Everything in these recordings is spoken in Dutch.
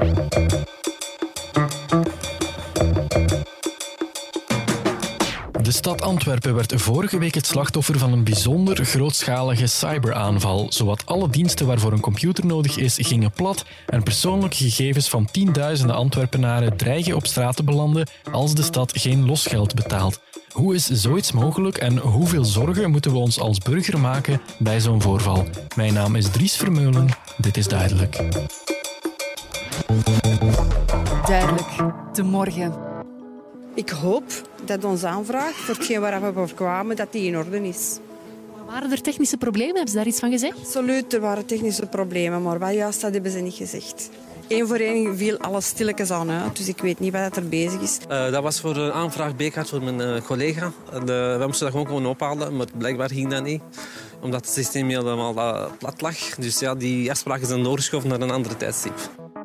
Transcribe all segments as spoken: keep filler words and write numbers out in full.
De stad Antwerpen werd vorige week het slachtoffer van een bijzonder grootschalige cyberaanval. Zowat alle diensten waarvoor een computer nodig is, gingen plat en persoonlijke gegevens van tienduizenden Antwerpenaren dreigen op straat te belanden als de stad geen losgeld betaalt. Hoe is zoiets mogelijk en hoeveel zorgen moeten we ons als burger maken bij zo'n voorval? Mijn naam is Dries Vermeulen. Dit is Duidelijk. Duidelijk, de morgen. Ik hoop dat onze aanvraag voor hetgeen waar we voor kwamen, dat die in orde is. Waren er technische problemen? Hebben ze daar iets van gezegd? Absoluut, er waren technische problemen, maar wat juist, dat hebben ze niet gezegd. Eén voor één viel alles stilletjes aan uit, dus ik weet niet wat er bezig is. Uh, dat was voor een aanvraag B-kaart voor mijn uh, collega. De, we moesten dat gewoon gewoon ophalen, maar blijkbaar ging dat niet. Omdat het systeem helemaal uh, plat lag. Dus ja, die afspraken zijn doorgeschoven naar een andere tijdstip.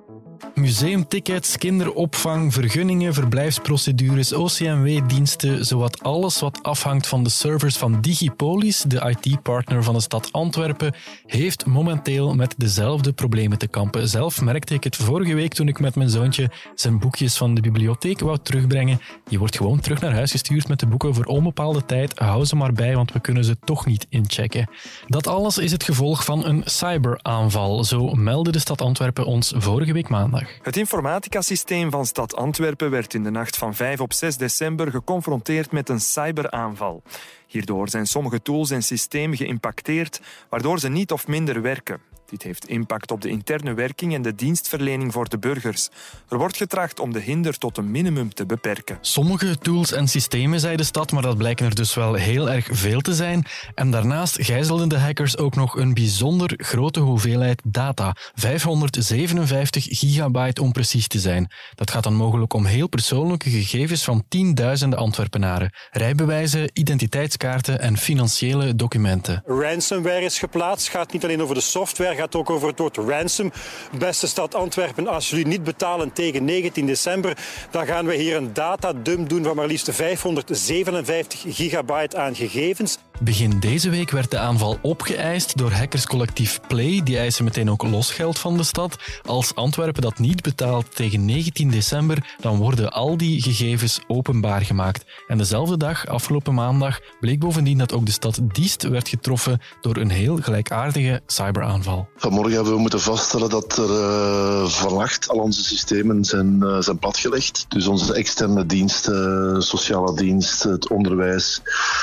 Museumtickets, kinderopvang, vergunningen, verblijfsprocedures, O C M W-diensten, zowat alles wat afhangt van de servers van Digipolis, de I T-partner van de stad Antwerpen, heeft momenteel met dezelfde problemen te kampen. Zelf merkte ik het vorige week toen ik met mijn zoontje zijn boekjes van de bibliotheek wou terugbrengen. Je wordt gewoon terug naar huis gestuurd met de boeken voor onbepaalde tijd. Hou ze maar bij, want we kunnen ze toch niet inchecken. Dat alles is het gevolg van een cyberaanval. Zo meldde de stad Antwerpen ons vorige week maandag. Het informaticasysteem van stad Antwerpen werd in de nacht van vijf op zes december geconfronteerd met een cyberaanval. Hierdoor zijn sommige tools en systemen geïmpacteerd, waardoor ze niet of minder werken. Dit heeft impact op de interne werking en de dienstverlening voor de burgers. Er wordt getracht om de hinder tot een minimum te beperken. Sommige tools en systemen, zei de stad, maar dat blijken er dus wel heel erg veel te zijn. En daarnaast gijzelden de hackers ook nog een bijzonder grote hoeveelheid data. vijfhonderdzevenenvijftig gigabyte om precies te zijn. Dat gaat dan mogelijk om heel persoonlijke gegevens van tienduizenden Antwerpenaren. Rijbewijzen, identiteitskaarten en financiële documenten. Ransomware is geplaatst. Het gaat niet alleen over de software, gaat ook over het woord ransom. Beste stad Antwerpen, als jullie niet betalen tegen negentien december, dan gaan we hier een datadump doen van maar liefst vijfhonderdzevenenvijftig gigabyte aan gegevens. Begin deze week werd de aanval opgeëist door hackerscollectief Play. Die eisen meteen ook losgeld van de stad. Als Antwerpen dat niet betaalt tegen negentien december, dan worden al die gegevens openbaar gemaakt. En dezelfde dag, afgelopen maandag, bleek bovendien dat ook de stad Diest werd getroffen door een heel gelijkaardige cyberaanval. Vanmorgen hebben we moeten vaststellen dat er uh, vannacht al onze systemen zijn, uh, zijn platgelegd. Dus onze externe diensten, sociale dienst, het onderwijs,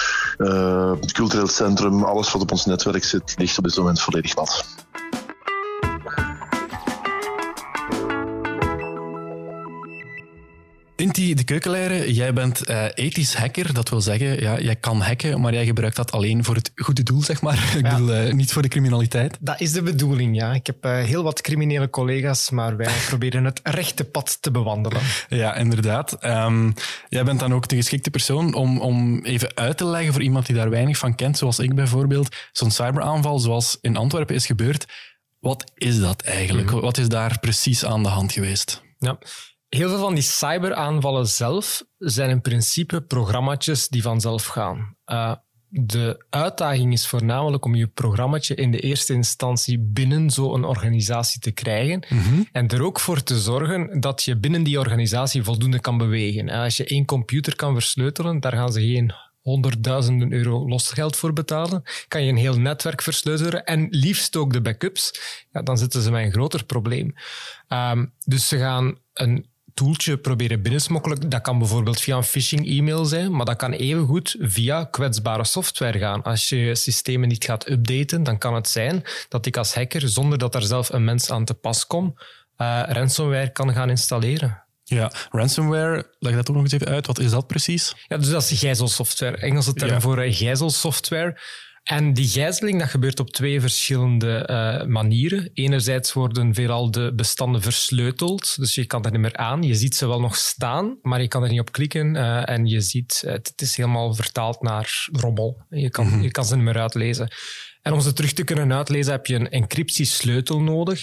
uh, het cultureel centrum, alles wat op ons netwerk zit, ligt op dit moment volledig plat. Inti de Keukenleijer, jij bent uh, ethisch hacker. Dat wil zeggen, ja, jij kan hacken, maar jij gebruikt dat alleen voor het goede doel, zeg maar. Ik ja. bedoel, uh, niet voor de criminaliteit. Dat is de bedoeling, ja. Ik heb uh, heel wat criminele collega's, maar wij proberen het rechte pad te bewandelen. Ja, inderdaad. Um, jij bent dan ook de geschikte persoon om, om even uit te leggen voor iemand die daar weinig van kent, zoals ik bijvoorbeeld, zo'n cyberaanval zoals in Antwerpen is gebeurd. Wat is dat eigenlijk? Mm-hmm. Wat is daar precies aan de hand geweest? Ja. Heel veel van die cyberaanvallen zelf zijn in principe programmaatjes die vanzelf gaan. Uh, de uitdaging is voornamelijk om je programmaatje in de eerste instantie binnen zo'n organisatie te krijgen mm-hmm. en er ook voor te zorgen dat je binnen die organisatie voldoende kan bewegen. Als je één computer kan versleutelen, daar gaan ze geen honderdduizenden euro losgeld voor betalen. Kan je een heel netwerk versleutelen en liefst ook de backups, ja, dan zitten ze met een groter probleem. Um, dus ze gaan een toeltje proberen binnensmokkelen. Dat kan bijvoorbeeld via een phishing-e-mail zijn, maar dat kan evengoed via kwetsbare software gaan. Als je je systemen niet gaat updaten, dan kan het zijn dat ik als hacker, zonder dat er zelf een mens aan te pas komt, uh, ransomware kan gaan installeren. Ja, ransomware, leg dat ook nog eens even uit. Wat is dat precies? Ja, dus dat is gijzelsoftware. Engelse term ja. voor gijzelsoftware. En die gijzeling, dat gebeurt op twee verschillende uh, manieren. Enerzijds worden veelal de bestanden versleuteld, dus je kan er niet meer aan. Je ziet ze wel nog staan, maar je kan er niet op klikken. Uh, en je ziet, uh, het is helemaal vertaald naar rommel. Je kan, mm-hmm. je kan ze niet meer uitlezen. En om ze terug te kunnen uitlezen heb je een encryptiesleutel nodig.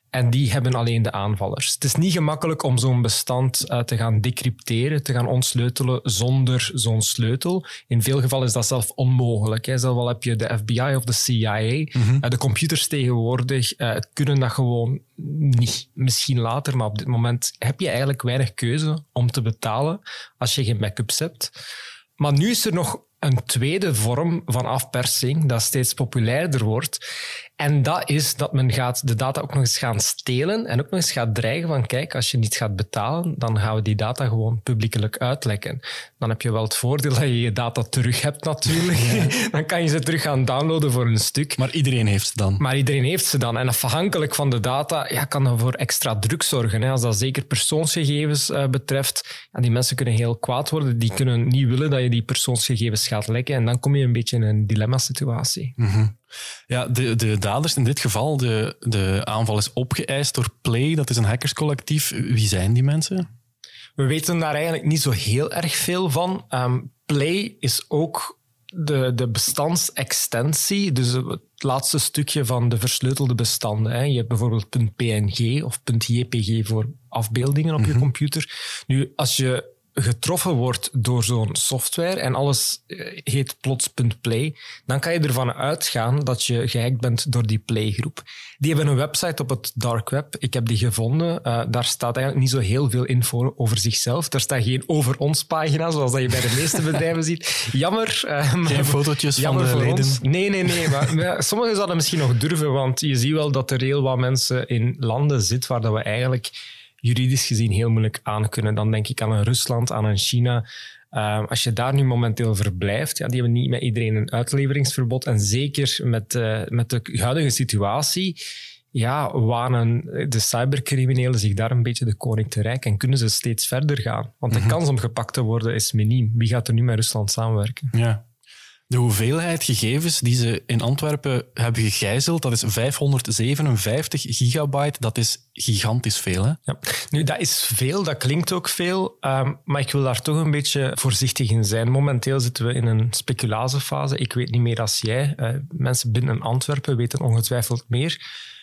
En die hebben alleen de aanvallers. Het is niet gemakkelijk om zo'n bestand uh, te gaan decrypteren, te gaan ontsleutelen zonder zo'n sleutel. In veel gevallen is dat zelf onmogelijk. Hè. Zelfs al heb je de F B I of de C I A. Mm-hmm. Uh, de computers tegenwoordig uh, kunnen dat gewoon niet. Misschien later, maar op dit moment heb je eigenlijk weinig keuze om te betalen als je geen backups hebt. Maar nu is er nog een tweede vorm van afpersing dat steeds populairder wordt. En dat is dat men gaat de data ook nog eens gaan stelen en ook nog eens gaat dreigen van kijk, als je niet gaat betalen, dan gaan we die data gewoon publiekelijk uitlekken. Dan heb je wel het voordeel dat je je data terug hebt natuurlijk. Ja. Dan kan je ze terug gaan downloaden voor een stuk. Maar iedereen heeft ze dan. Maar iedereen heeft ze dan. En afhankelijk van de data ja, kan dat voor extra druk zorgen. Hè. Als dat zeker persoonsgegevens uh, betreft, ja, die mensen kunnen heel kwaad worden. Die kunnen niet willen dat je die persoonsgegevens gaat lekken. En dan kom je een beetje in een dilemma-situatie. Mm-hmm. Ja, de, de daders in dit geval, de, de aanval is opgeëist door Play. Dat is een hackerscollectief. Wie zijn die mensen? We weten daar eigenlijk niet zo heel erg veel van. Um, Play is ook de, de bestandsextensie, dus het laatste stukje van de versleutelde bestanden. Hè. Je hebt bijvoorbeeld .png of .jpg voor afbeeldingen op mm-hmm. je computer. Nu, als je getroffen wordt door zo'n software en alles heet plots .play, dan kan je ervan uitgaan dat je gehackt bent door die Play-groep. Die hebben een website op het dark web. Ik heb die gevonden. Uh, daar staat eigenlijk niet zo heel veel info over zichzelf. Er staat geen over ons pagina, zoals dat je bij de meeste bedrijven ziet. Jammer. Uh, geen fotootjes van de leden? Ons. Nee, nee, nee. Maar, maar sommigen zouden misschien nog durven, want je ziet wel dat er heel wat mensen in landen zitten waar dat we eigenlijk juridisch gezien heel moeilijk aan kunnen. Dan denk ik aan een Rusland, aan een China. Uh, als je daar nu momenteel verblijft, ja, die hebben niet met iedereen een uitleveringsverbod. En zeker met, uh, met de huidige situatie, ja, wanen de cybercriminelen zich daar een beetje de koning te rijk en kunnen ze steeds verder gaan. Want de mm-hmm. kans om gepakt te worden is miniem. Wie gaat er nu met Rusland samenwerken? Ja. De hoeveelheid gegevens die ze in Antwerpen hebben gegijzeld, dat is vijfhonderdzevenenvijftig gigabyte. Dat is gigantisch veel, hè? Ja. Nu, dat is veel, dat klinkt ook veel, um, maar ik wil daar toch een beetje voorzichtig in zijn. Momenteel zitten we in een speculatiefase. Ik weet niet meer als jij. Uh, mensen binnen Antwerpen weten ongetwijfeld meer.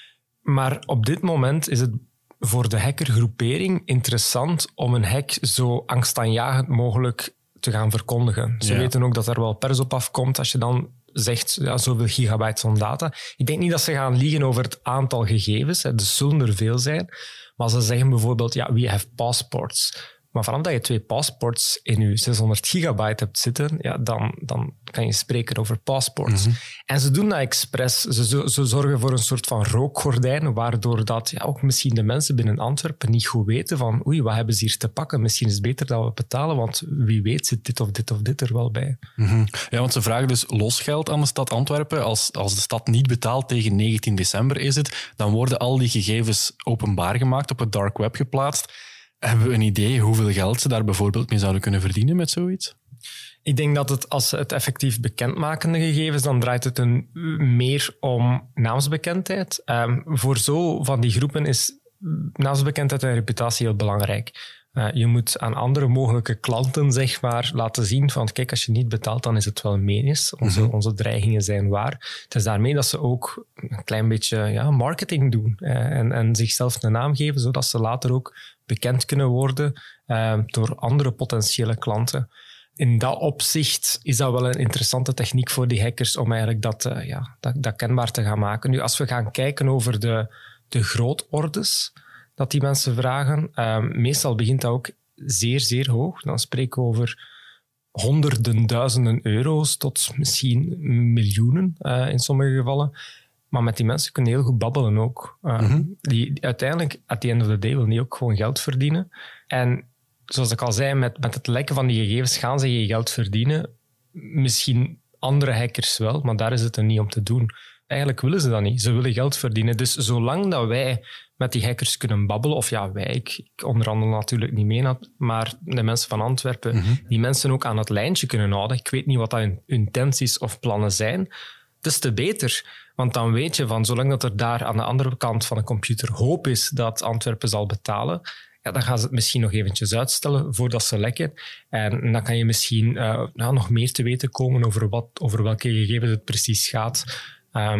Maar op dit moment is het voor de hackergroepering interessant om een hack zo angstaanjagend mogelijk te gaan verkondigen. Ze ja. weten ook dat er wel pers op afkomt als je dan zegt ja, zoveel gigabyte van data. Ik denk niet dat ze gaan liegen over het aantal gegevens. Hè. Er zullen er veel zijn. Maar ze zeggen bijvoorbeeld, ja, we have passports. Maar vanaf dat je twee passports in je zeshonderd gigabyte hebt zitten, ja, dan, dan kan je spreken over passports. Mm-hmm. En ze doen dat expres. Ze, ze zorgen voor een soort van rookgordijn, waardoor dat, ja, ook misschien de mensen binnen Antwerpen niet goed weten van oei, wat hebben ze hier te pakken? Misschien is het beter dat we betalen, want wie weet zit dit of dit of dit er wel bij. Mm-hmm. Ja, want ze vragen dus losgeld aan de stad Antwerpen. Als, als de stad niet betaalt tegen negentien december is het, dan worden al die gegevens openbaar gemaakt, op het dark web geplaatst. Hebben we een idee hoeveel geld ze daar bijvoorbeeld mee zouden kunnen verdienen met zoiets? Ik denk dat het, als ze het effectief bekendmakende gegevens, dan draait het een, meer om naamsbekendheid. Um, voor zo van die groepen is naamsbekendheid en reputatie heel belangrijk. Uh, je moet aan andere mogelijke klanten zeg maar, laten zien van kijk, als je niet betaalt, dan is het wel menens. Onze, mm-hmm. onze dreigingen zijn waar. Het is daarmee dat ze ook een klein beetje ja, marketing doen uh, en, en zichzelf een naam geven, zodat ze later ook bekend kunnen worden uh, door andere potentiële klanten. In dat opzicht is dat wel een interessante techniek voor die hackers om eigenlijk dat, uh, ja, dat, dat kenbaar te gaan maken. Nu, als we gaan kijken over de, de grootordes dat die mensen vragen, uh, meestal begint dat ook zeer, zeer hoog. Dan spreken we over honderden duizenden euro's tot misschien miljoenen uh, in sommige gevallen. Maar met die mensen kunnen heel goed babbelen ook. Uh, mm-hmm. Die uiteindelijk, at the end of the day, willen die ook gewoon geld verdienen. En zoals ik al zei, met, met het lekken van die gegevens gaan ze je geld verdienen. Misschien andere hackers wel, maar daar is het er niet om te doen. Eigenlijk willen ze dat niet. Ze willen geld verdienen. Dus zolang dat wij met die hackers kunnen babbelen, of ja, wij, ik, ik onderhandel natuurlijk niet mee, maar de mensen van Antwerpen, mm-hmm. die mensen ook aan het lijntje kunnen houden. Ik weet niet wat dat hun intenties of plannen zijn. Des te beter. Want dan weet je van, zolang dat er daar aan de andere kant van de computer hoop is dat Antwerpen zal betalen, ja, dan gaan ze het misschien nog eventjes uitstellen voordat ze lekken. En dan kan je misschien uh, nou, nog meer te weten komen over, wat, over welke gegevens het precies gaat. Um,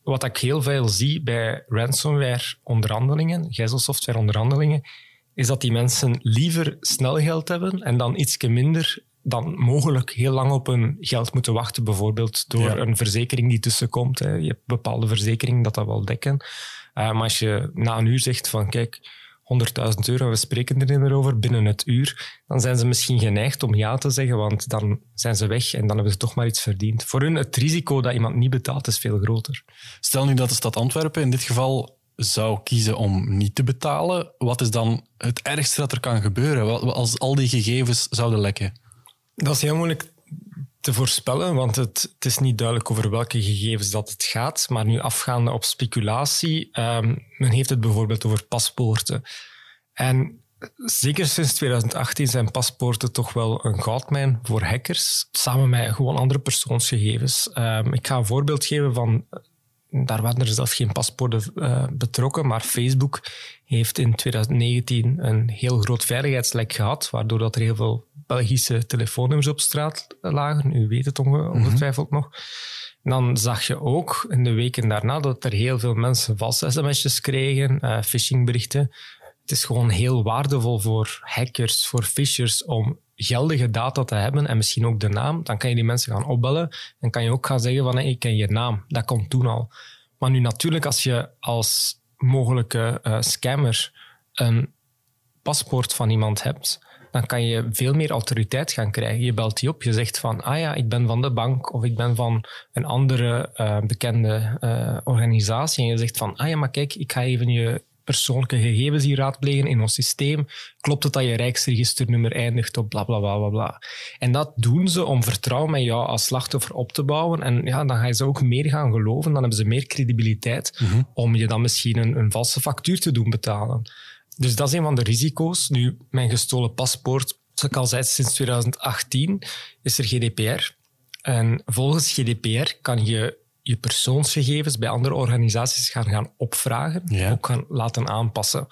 wat ik heel veel zie bij ransomware-onderhandelingen, gijzelsoftware-onderhandelingen, is dat die mensen liever snel geld hebben en dan ietsje minder dan mogelijk heel lang op hun geld moeten wachten, bijvoorbeeld door ja. een verzekering die tussenkomt. Hè. Je hebt bepaalde verzekeringen dat dat wel dekken. Uh, maar als je na een uur zegt van kijk, honderdduizend euro, we spreken er niet meer over binnen het uur, dan zijn ze misschien geneigd om ja te zeggen, want dan zijn ze weg en dan hebben ze toch maar iets verdiend. Voor hun het risico dat iemand niet betaalt is veel groter. Stel nu dat de stad Antwerpen in dit geval zou kiezen om niet te betalen. Wat is dan het ergste dat er kan gebeuren als al die gegevens zouden lekken? Dat is heel moeilijk te voorspellen, want het, het is niet duidelijk over welke gegevens dat het gaat. Maar nu afgaande op speculatie, um, men heeft het bijvoorbeeld over paspoorten. En zeker sinds twintig achttien zijn paspoorten toch wel een goudmijn voor hackers, samen met gewoon andere persoonsgegevens. Um, ik ga een voorbeeld geven van... Daar waren er zelf geen paspoorten uh, betrokken, maar Facebook heeft in twintig negentien een heel groot veiligheidslek gehad, waardoor dat er heel veel Belgische telefoonnummers op straat lagen. U weet het onge- ongetwijfeld mm-hmm. nog. En dan zag je ook in de weken daarna dat er heel veel mensen valse sms'jes kregen, uh, phishingberichten. Het is gewoon heel waardevol voor hackers, voor phishers, om geldige data te hebben en misschien ook de naam. Dan kan je die mensen gaan opbellen en kan je ook gaan zeggen van hey, ik ken je naam. Dat kon toen al. Maar nu natuurlijk, als je als mogelijke uh, scammer een paspoort van iemand hebt, dan kan je veel meer autoriteit gaan krijgen. Je belt die op, je zegt van ah ja, ik ben van de bank of ik ben van een andere uh, bekende uh, organisatie. En je zegt van ah ja, maar kijk, ik ga even je persoonlijke gegevens hier raadplegen in ons systeem. Klopt het dat je Rijksregisternummer eindigt op bla bla bla bla bla. En dat doen ze om vertrouwen met jou als slachtoffer op te bouwen. En ja, dan ga je ze ook meer gaan geloven. Dan hebben ze meer credibiliteit mm-hmm. om je dan misschien een, een valse factuur te doen betalen. Dus dat is een van de risico's. Nu, mijn gestolen paspoort, zoals ik al zei, sinds twintig achttien is er G D P R. En volgens G D P R kan je je persoonsgegevens bij andere organisaties gaan, gaan opvragen, ja. ook gaan laten aanpassen.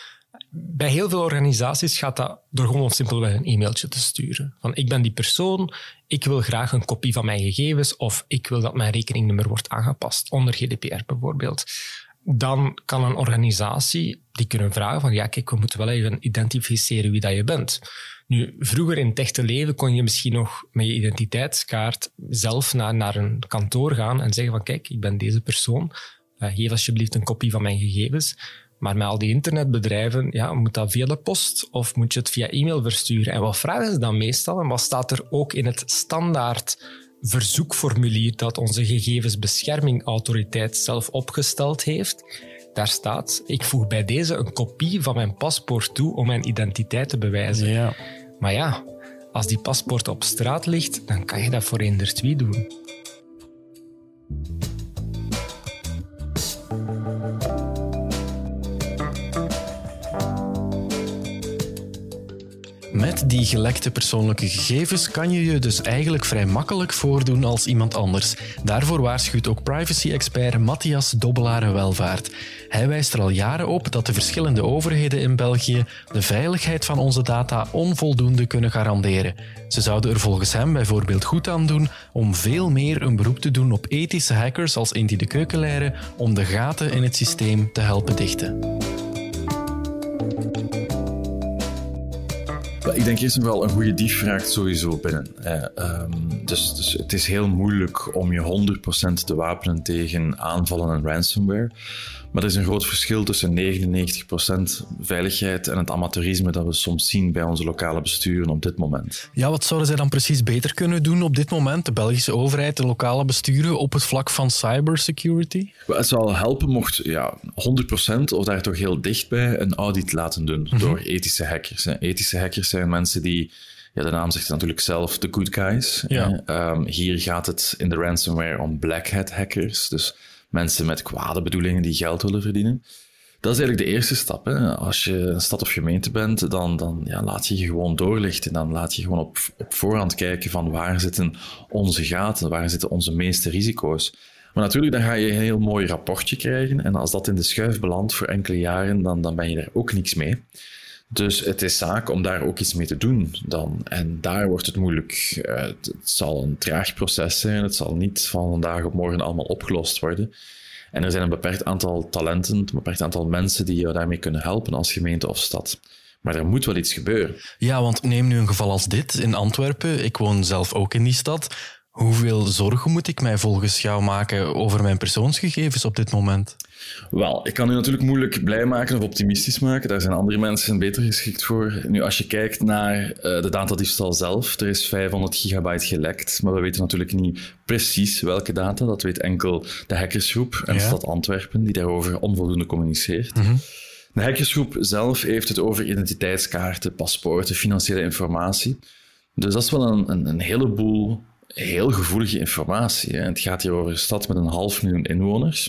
Bij heel veel organisaties gaat dat door gewoon simpelweg een e-mailtje te sturen. Van ik ben die persoon, ik wil graag een kopie van mijn gegevens of ik wil dat mijn rekeningnummer wordt aangepast, onder G D P R bijvoorbeeld. Dan kan een organisatie die kunnen vragen van ja, kijk, we moeten wel even identificeren wie dat je bent. Nu, vroeger in het echte leven kon je misschien nog met je identiteitskaart zelf naar, naar een kantoor gaan en zeggen van kijk, ik ben deze persoon, uh, geef alsjeblieft een kopie van mijn gegevens. Maar met al die internetbedrijven, ja, moet dat via de post of moet je het via e-mail versturen? En wat vragen ze dan meestal? En wat staat er ook in het standaard verzoekformulier dat onze gegevensbeschermingautoriteit zelf opgesteld heeft? Daar staat, ik voeg bij deze een kopie van mijn paspoort toe om mijn identiteit te bewijzen. Ja. Maar ja, als die paspoort op straat ligt, dan kan je dat voor eender twee doen. Met die gelekte persoonlijke gegevens kan je je dus eigenlijk vrij makkelijk voordoen als iemand anders. Daarvoor waarschuwt ook privacy-expert Matthias Dobbelaere-Welvaart. Hij wijst er al jaren op dat de verschillende overheden in België de veiligheid van onze data onvoldoende kunnen garanderen. Ze zouden er volgens hem bijvoorbeeld goed aan doen om veel meer een beroep te doen op ethische hackers als Inti de Keukelaire om de gaten in het systeem te helpen dichten. Ik denk eerst en vooral een goede dief vraagt sowieso binnen. Eh, um, dus, dus het is heel moeilijk om je honderd procent te wapenen tegen aanvallen en ransomware. Maar er is een groot verschil tussen negenennegentig procent veiligheid en het amateurisme dat we soms zien bij onze lokale besturen op dit moment. Ja, wat zouden zij dan precies beter kunnen doen op dit moment, de Belgische overheid, de lokale besturen, op het vlak van cybersecurity? Het zou helpen mocht ja, honderd procent of daar toch heel dichtbij een audit laten doen mm-hmm. door ethische hackers. Hè. Ethische hackers zijn mensen die, ja, de naam zegt natuurlijk zelf, de good guys. Ja. Um, hier gaat het in de ransomware om black hat hackers, dus mensen met kwade bedoelingen die geld willen verdienen. Dat is eigenlijk de eerste stap. Hè. Als je een stad of gemeente bent, dan, dan ja, laat je je gewoon doorlichten. Dan laat je gewoon op, op voorhand kijken van waar zitten onze gaten, waar zitten onze meeste risico's. Maar natuurlijk, dan ga je een heel mooi rapportje krijgen. En als dat in de schuif belandt voor enkele jaren, dan, dan ben je daar ook niks mee. Dus het is zaak om daar ook iets mee te doen dan. En daar wordt het moeilijk. Uh, het zal een traag proces zijn. Het zal niet van vandaag op morgen allemaal opgelost worden. En er zijn een beperkt aantal talenten, een beperkt aantal mensen die jou daarmee kunnen helpen als gemeente of stad. Maar er moet wel iets gebeuren. Ja, want neem nu een geval als dit in Antwerpen. Ik woon zelf ook in die stad. Hoeveel zorgen moet ik mij volgens jou maken over mijn persoonsgegevens op dit moment? Wel, ik kan u natuurlijk moeilijk blij maken of optimistisch maken. Daar zijn andere mensen beter geschikt voor. Nu, als je kijkt naar uh, de datadiefstal zelf, er is vijfhonderd gigabyte gelekt, maar we weten natuurlijk niet precies welke data. Dat weet enkel de hackersgroep en ja. Stad Antwerpen, die daarover onvoldoende communiceert. Mm-hmm. De hackersgroep zelf heeft het over identiteitskaarten, paspoorten, financiële informatie. Dus dat is wel een, een, een heleboel heel gevoelige informatie. Hè. Het gaat hier over een stad met een half miljoen inwoners.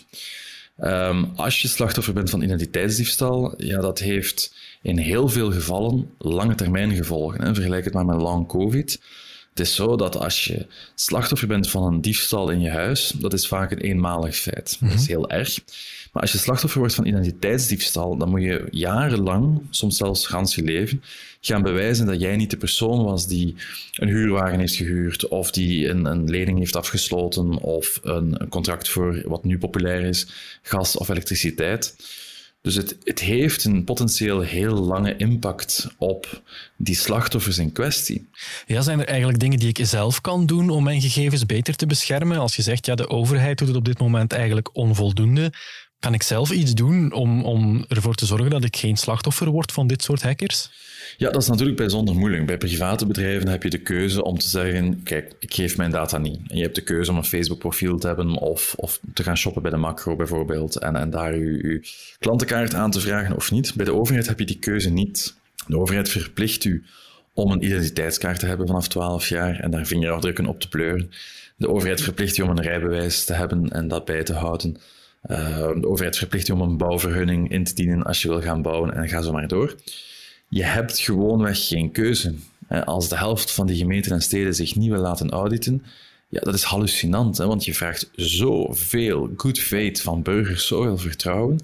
Um, als je slachtoffer bent van identiteitsdiefstal, ja, dat heeft in heel veel gevallen lange termijn gevolgen. Hè. Vergelijk het maar met long covid. Het is zo dat als je slachtoffer bent van een diefstal in je huis, dat is vaak een eenmalig feit. Mm-hmm. Dat is heel erg. Maar als je slachtoffer wordt van identiteitsdiefstal, dan moet je jarenlang, soms zelfs gans je leven, gaan bewijzen dat jij niet de persoon was die een huurwagen heeft gehuurd, of die een, een lening heeft afgesloten, of een, een contract voor wat nu populair is, gas of elektriciteit. Dus het, het heeft een potentieel heel lange impact op die slachtoffers in kwestie. Ja, zijn er eigenlijk dingen die ik zelf kan doen om mijn gegevens beter te beschermen? Als je zegt, ja, de overheid doet het op dit moment eigenlijk onvoldoende. Kan ik zelf iets doen om, om ervoor te zorgen dat ik geen slachtoffer word van dit soort hackers? Ja, dat is natuurlijk bijzonder moeilijk. Bij private bedrijven heb je de keuze om te zeggen, kijk, ik geef mijn data niet. En je hebt de keuze om een Facebook-profiel te hebben of, of te gaan shoppen bij de Macro bijvoorbeeld en, en daar je, je klantenkaart aan te vragen of niet. Bij de overheid heb je die keuze niet. De overheid verplicht u om een identiteitskaart te hebben vanaf twaalf jaar en daar vingerafdrukken op te pleuren. De overheid verplicht u om een rijbewijs te hebben en dat bij te houden. Uh, de overheid verplicht u om een bouwvergunning in te dienen als je wil gaan bouwen en ga zo maar door. Je hebt gewoonweg geen keuze. Als de helft van die gemeenten en steden zich niet wil laten auditen, ja, dat is hallucinant, hè? Want je vraagt zoveel good faith van burgers, zoveel vertrouwen,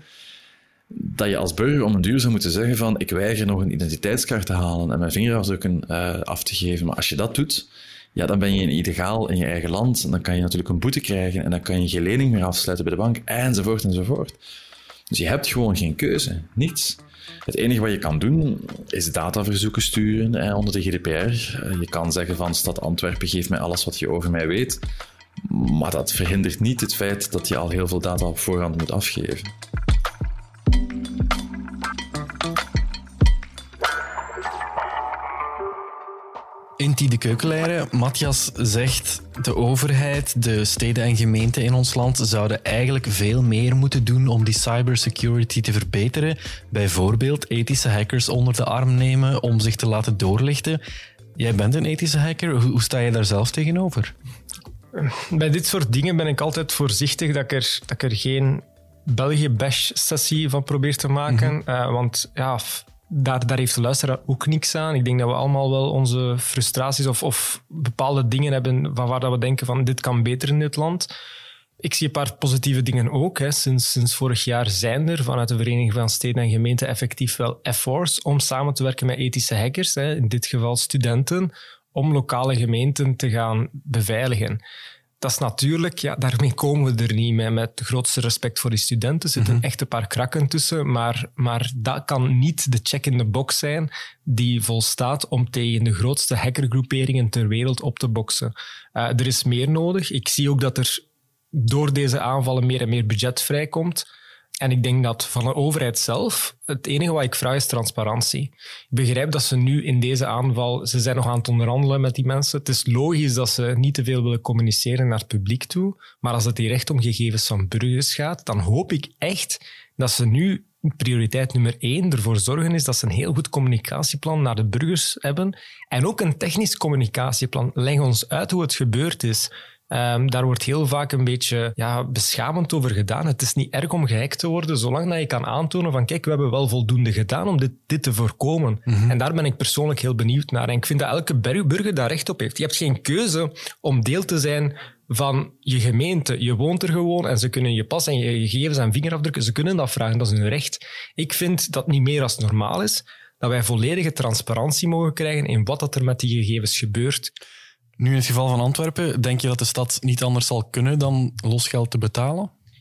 dat je als burger om een duur zou moeten zeggen van ik weiger nog een identiteitskaart te halen en mijn vingerafdrukken uh, af te geven. Maar als je dat doet, ja, dan ben je illegaal in je eigen land en dan kan je natuurlijk een boete krijgen en dan kan je geen lening meer afsluiten bij de bank, enzovoort enzovoort. Dus je hebt gewoon geen keuze, niets. Het enige wat je kan doen, is dataverzoeken sturen hè, onder de G D P R. Je kan zeggen van Stad Antwerpen, geef mij alles wat je over mij weet. Maar dat verhindert niet het feit dat je al heel veel data op voorhand moet afgeven. Inti de Keukenleiren, Matthias zegt de overheid, de steden en gemeenten in ons land zouden eigenlijk veel meer moeten doen om die cybersecurity te verbeteren. Bijvoorbeeld ethische hackers onder de arm nemen om zich te laten doorlichten. Jij bent een ethische hacker, hoe sta je daar zelf tegenover? Bij dit soort dingen ben ik altijd voorzichtig dat ik er, dat ik er geen België-bash-sessie van probeer te maken. Mm-hmm. Uh, want ja... Daar, daar heeft de luisteraar ook niks aan. Ik denk dat we allemaal wel onze frustraties of, of bepaalde dingen hebben van waar we denken van dit kan beter in dit land. Ik zie een paar positieve dingen ook. Hè. Sinds, sinds vorig jaar zijn er vanuit de Vereniging van Steden en Gemeenten effectief wel efforts om samen te werken met ethische hackers, hè, in dit geval studenten, om lokale gemeenten te gaan beveiligen. Dat is natuurlijk, ja, daarmee komen we er niet mee. Met de grootste respect voor die studenten. Er zitten mm-hmm. echt een paar krakken tussen, maar, maar dat kan niet de check in the box zijn die volstaat om tegen de grootste hackergroeperingen ter wereld op te boksen. Uh, er is meer nodig. Ik zie ook dat er door deze aanvallen meer en meer budget vrijkomt. En ik denk dat van de overheid zelf, het enige wat ik vraag is transparantie. Ik begrijp dat ze nu in deze aanval, ze zijn nog aan het onderhandelen met die mensen. Het is logisch dat ze niet te veel willen communiceren naar het publiek toe. Maar als het hier echt om gegevens van burgers gaat, dan hoop ik echt dat ze nu prioriteit nummer één ervoor zorgen is dat ze een heel goed communicatieplan naar de burgers hebben. En ook een technisch communicatieplan. Leg ons uit hoe het gebeurd is. Um, daar wordt heel vaak een beetje ja, beschamend over gedaan. Het is niet erg om gehackt te worden, zolang dat je kan aantonen van kijk, we hebben wel voldoende gedaan om dit, dit te voorkomen. Mm-hmm. En daar ben ik persoonlijk heel benieuwd naar. En ik vind dat elke burger daar recht op heeft. Je hebt geen keuze om deel te zijn van je gemeente. Je woont er gewoon en ze kunnen je pas en je gegevens en vingerafdrukken, ze kunnen dat vragen, dat is hun recht. Ik vind dat niet meer als normaal is, dat wij volledige transparantie mogen krijgen in wat dat er met die gegevens gebeurt. Nu in het geval van Antwerpen, denk je dat de stad niet anders zal kunnen dan losgeld te betalen?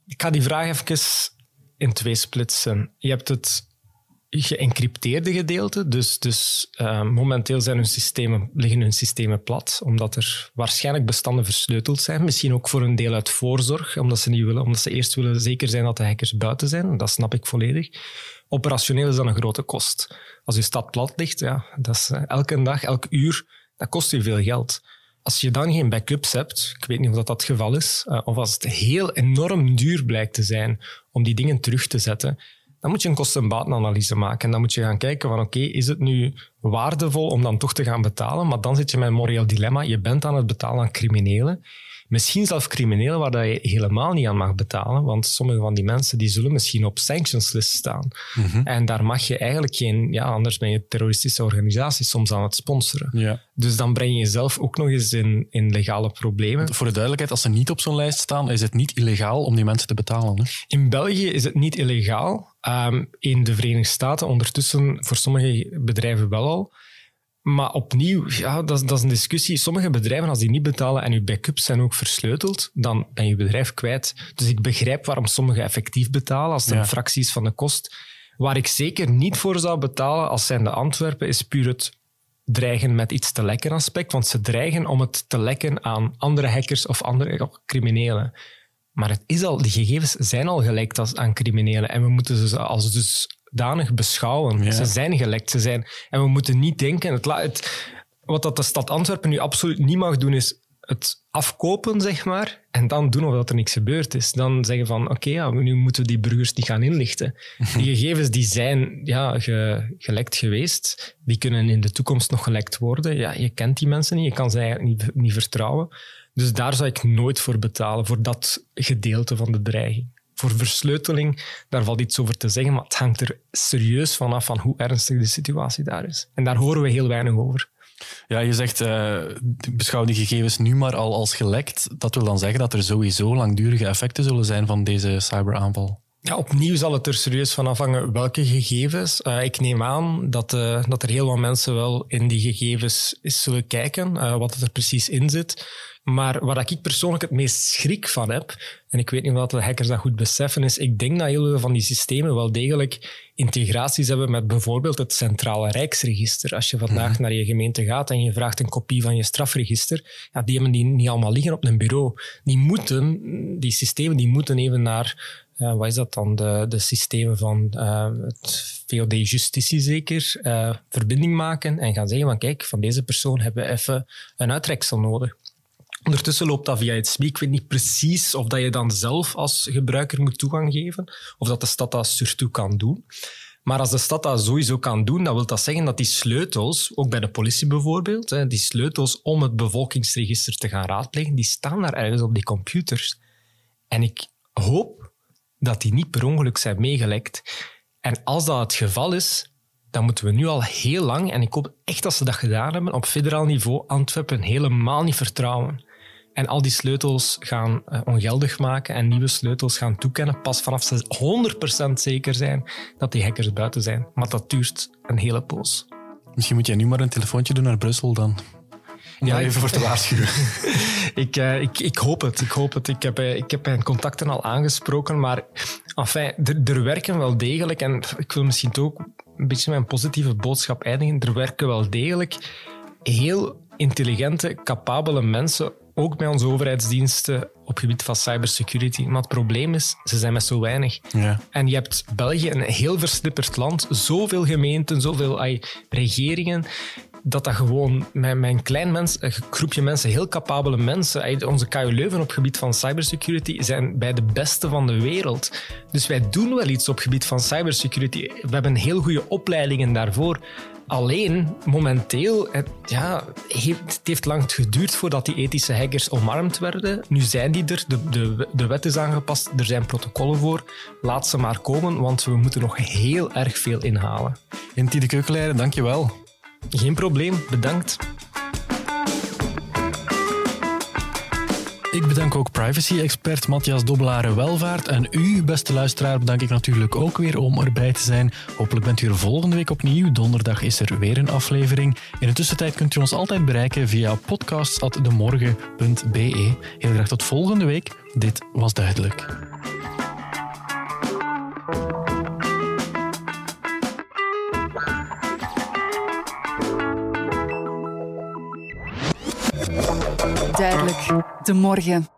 Ik ga die vraag even in twee splitsen. Je hebt het geëncrypteerde gedeelte, dus, dus uh, momenteel zijn hun systemen, liggen hun systemen plat, omdat er waarschijnlijk bestanden versleuteld zijn. Misschien ook voor een deel uit voorzorg, omdat ze, niet willen, omdat ze eerst willen zeker zijn dat de hackers buiten zijn. Dat snap ik volledig. Operationeel is dat een grote kost. Als je stad plat ligt, ja, dat is uh, elke dag, elk uur, dat kost je veel geld. Als je dan geen backups hebt, ik weet niet of dat, dat het geval is, uh, of als het heel enorm duur blijkt te zijn om die dingen terug te zetten, dan moet je een kosten-batenanalyse maken. En dan moet je gaan kijken van oké, okay, is het nu waardevol om dan toch te gaan betalen? Maar dan zit je met een moreel dilemma. Je bent aan het betalen aan criminelen. Misschien zelfs criminelen waar je helemaal niet aan mag betalen, want sommige van die mensen die zullen misschien op sanctionslist staan. Mm-hmm. En daar mag je eigenlijk geen... Ja, anders ben je terroristische organisaties soms aan het sponsoren. Ja. Dus dan breng je jezelf ook nog eens in, in legale problemen. Voor de duidelijkheid, als ze niet op zo'n lijst staan, is het niet illegaal om die mensen te betalen. Hè? In België is het niet illegaal. Um, in de Verenigde Staten ondertussen voor sommige bedrijven wel al. Maar opnieuw, ja, dat, dat is een discussie. Sommige bedrijven, als die niet betalen en je backups zijn ook versleuteld, dan ben je bedrijf kwijt. Dus ik begrijp waarom sommigen effectief betalen als het ja. een fractie is van de kost. Waar ik zeker niet voor zou betalen als zijnde Antwerpen, is puur het dreigen met iets te lekken aspect. Want ze dreigen om het te lekken aan andere hackers of andere criminelen. Maar het is al, die gegevens zijn al gelekt als, aan criminelen. En we moeten ze als dus danig beschouwen. Ja. Ze zijn gelekt. Ze zijn, en we moeten niet denken... Het, het, wat dat de stad Antwerpen nu absoluut niet mag doen, is het afkopen, zeg maar, en dan doen of dat er niks gebeurd is. Dan zeggen van, oké, okay, ja, nu moeten we die burgers niet gaan inlichten. Die gegevens die zijn ja, ge, gelekt geweest, die kunnen in de toekomst nog gelekt worden. Ja, je kent die mensen niet, je kan ze eigenlijk niet, niet vertrouwen. Dus daar zou ik nooit voor betalen, voor dat gedeelte van de dreiging. Voor versleuteling, daar valt iets over te zeggen, maar het hangt er serieus vanaf van hoe ernstig de situatie daar is. En daar horen we heel weinig over. Ja, je zegt, uh, beschouw die gegevens nu maar al als gelekt. Dat wil dan zeggen dat er sowieso langdurige effecten zullen zijn van deze cyberaanval. Ja, opnieuw zal het er serieus van afhangen welke gegevens. Uh, ik neem aan dat, uh, dat er heel wat mensen wel in die gegevens zullen kijken, uh, wat er precies in zit. Maar waar ik persoonlijk het meest schrik van heb, en ik weet niet of de hackers dat goed beseffen, is ik denk dat heel veel van die systemen wel degelijk integraties hebben met bijvoorbeeld het Centrale Rijksregister. Als je vandaag mm-hmm. naar je gemeente gaat en je vraagt een kopie van je strafregister, ja, die hebben die niet allemaal liggen op een bureau. Die moeten, die systemen die moeten even naar... Uh, wat is dat dan? De, de systemen van uh, het V O D Justitie zeker, uh, verbinding maken en gaan zeggen van kijk, van deze persoon hebben we even een uittreksel nodig. Ondertussen loopt dat via het S M I. Ik weet niet precies of dat je dan zelf als gebruiker moet toegang geven of dat de stad dat surtout kan doen. Maar als de stad dat sowieso kan doen, dan wil dat zeggen dat die sleutels, ook bij de politie bijvoorbeeld, hè, die sleutels om het bevolkingsregister te gaan raadplegen, die staan daar ergens op die computers. En ik hoop dat die niet per ongeluk zijn meegelekt. En als dat het geval is, dan moeten we nu al heel lang, en ik hoop echt dat ze dat gedaan hebben, op federaal niveau Antwerpen helemaal niet vertrouwen. En al die sleutels gaan uh, ongeldig maken en nieuwe sleutels gaan toekennen, pas vanaf ze honderd procent zeker zijn dat die hackers buiten zijn. Maar dat duurt een hele poos. Misschien moet jij nu maar een telefoontje doen naar Brussel dan. Om ja, daar even voor te waarschuwen. ik, uh, ik, ik hoop het. Ik hoop het. Ik heb, uh, ik heb mijn contacten al aangesproken, maar enfin, er, er werken wel degelijk, en ik wil misschien ook een beetje mijn positieve boodschap eindigen, er werken wel degelijk heel intelligente, capabele mensen, ook bij onze overheidsdiensten op het gebied van cybersecurity. Maar het probleem is, ze zijn met zo weinig. Ja. En je hebt België, een heel versnipperd land, zoveel gemeenten, zoveel ay, regeringen, dat dat gewoon met, met een klein mens, een groepje mensen, heel capabele mensen, onze K U Leuven op het gebied van cybersecurity zijn bij de beste van de wereld. Dus wij doen wel iets op het gebied van cybersecurity. We hebben heel goede opleidingen daarvoor. Alleen, momenteel, het, ja, het heeft lang geduurd voordat die ethische hackers omarmd werden. Nu zijn die er, de, de, de wet is aangepast, er zijn protocollen voor. Laat ze maar komen, want we moeten nog heel erg veel inhalen. Inti de Keukenleider, dank je wel. Geen probleem, bedankt. Ik bedank ook privacy-expert Matthias Dobbelare-Welvaart. En u, beste luisteraar, bedank ik natuurlijk ook weer om erbij te zijn. Hopelijk bent u er volgende week opnieuw. Donderdag is er weer een aflevering. In de tussentijd kunt u ons altijd bereiken via podcasts at demorgen punt be. Heel graag tot volgende week. Dit was Duidelijk. Duidelijk, de morgen.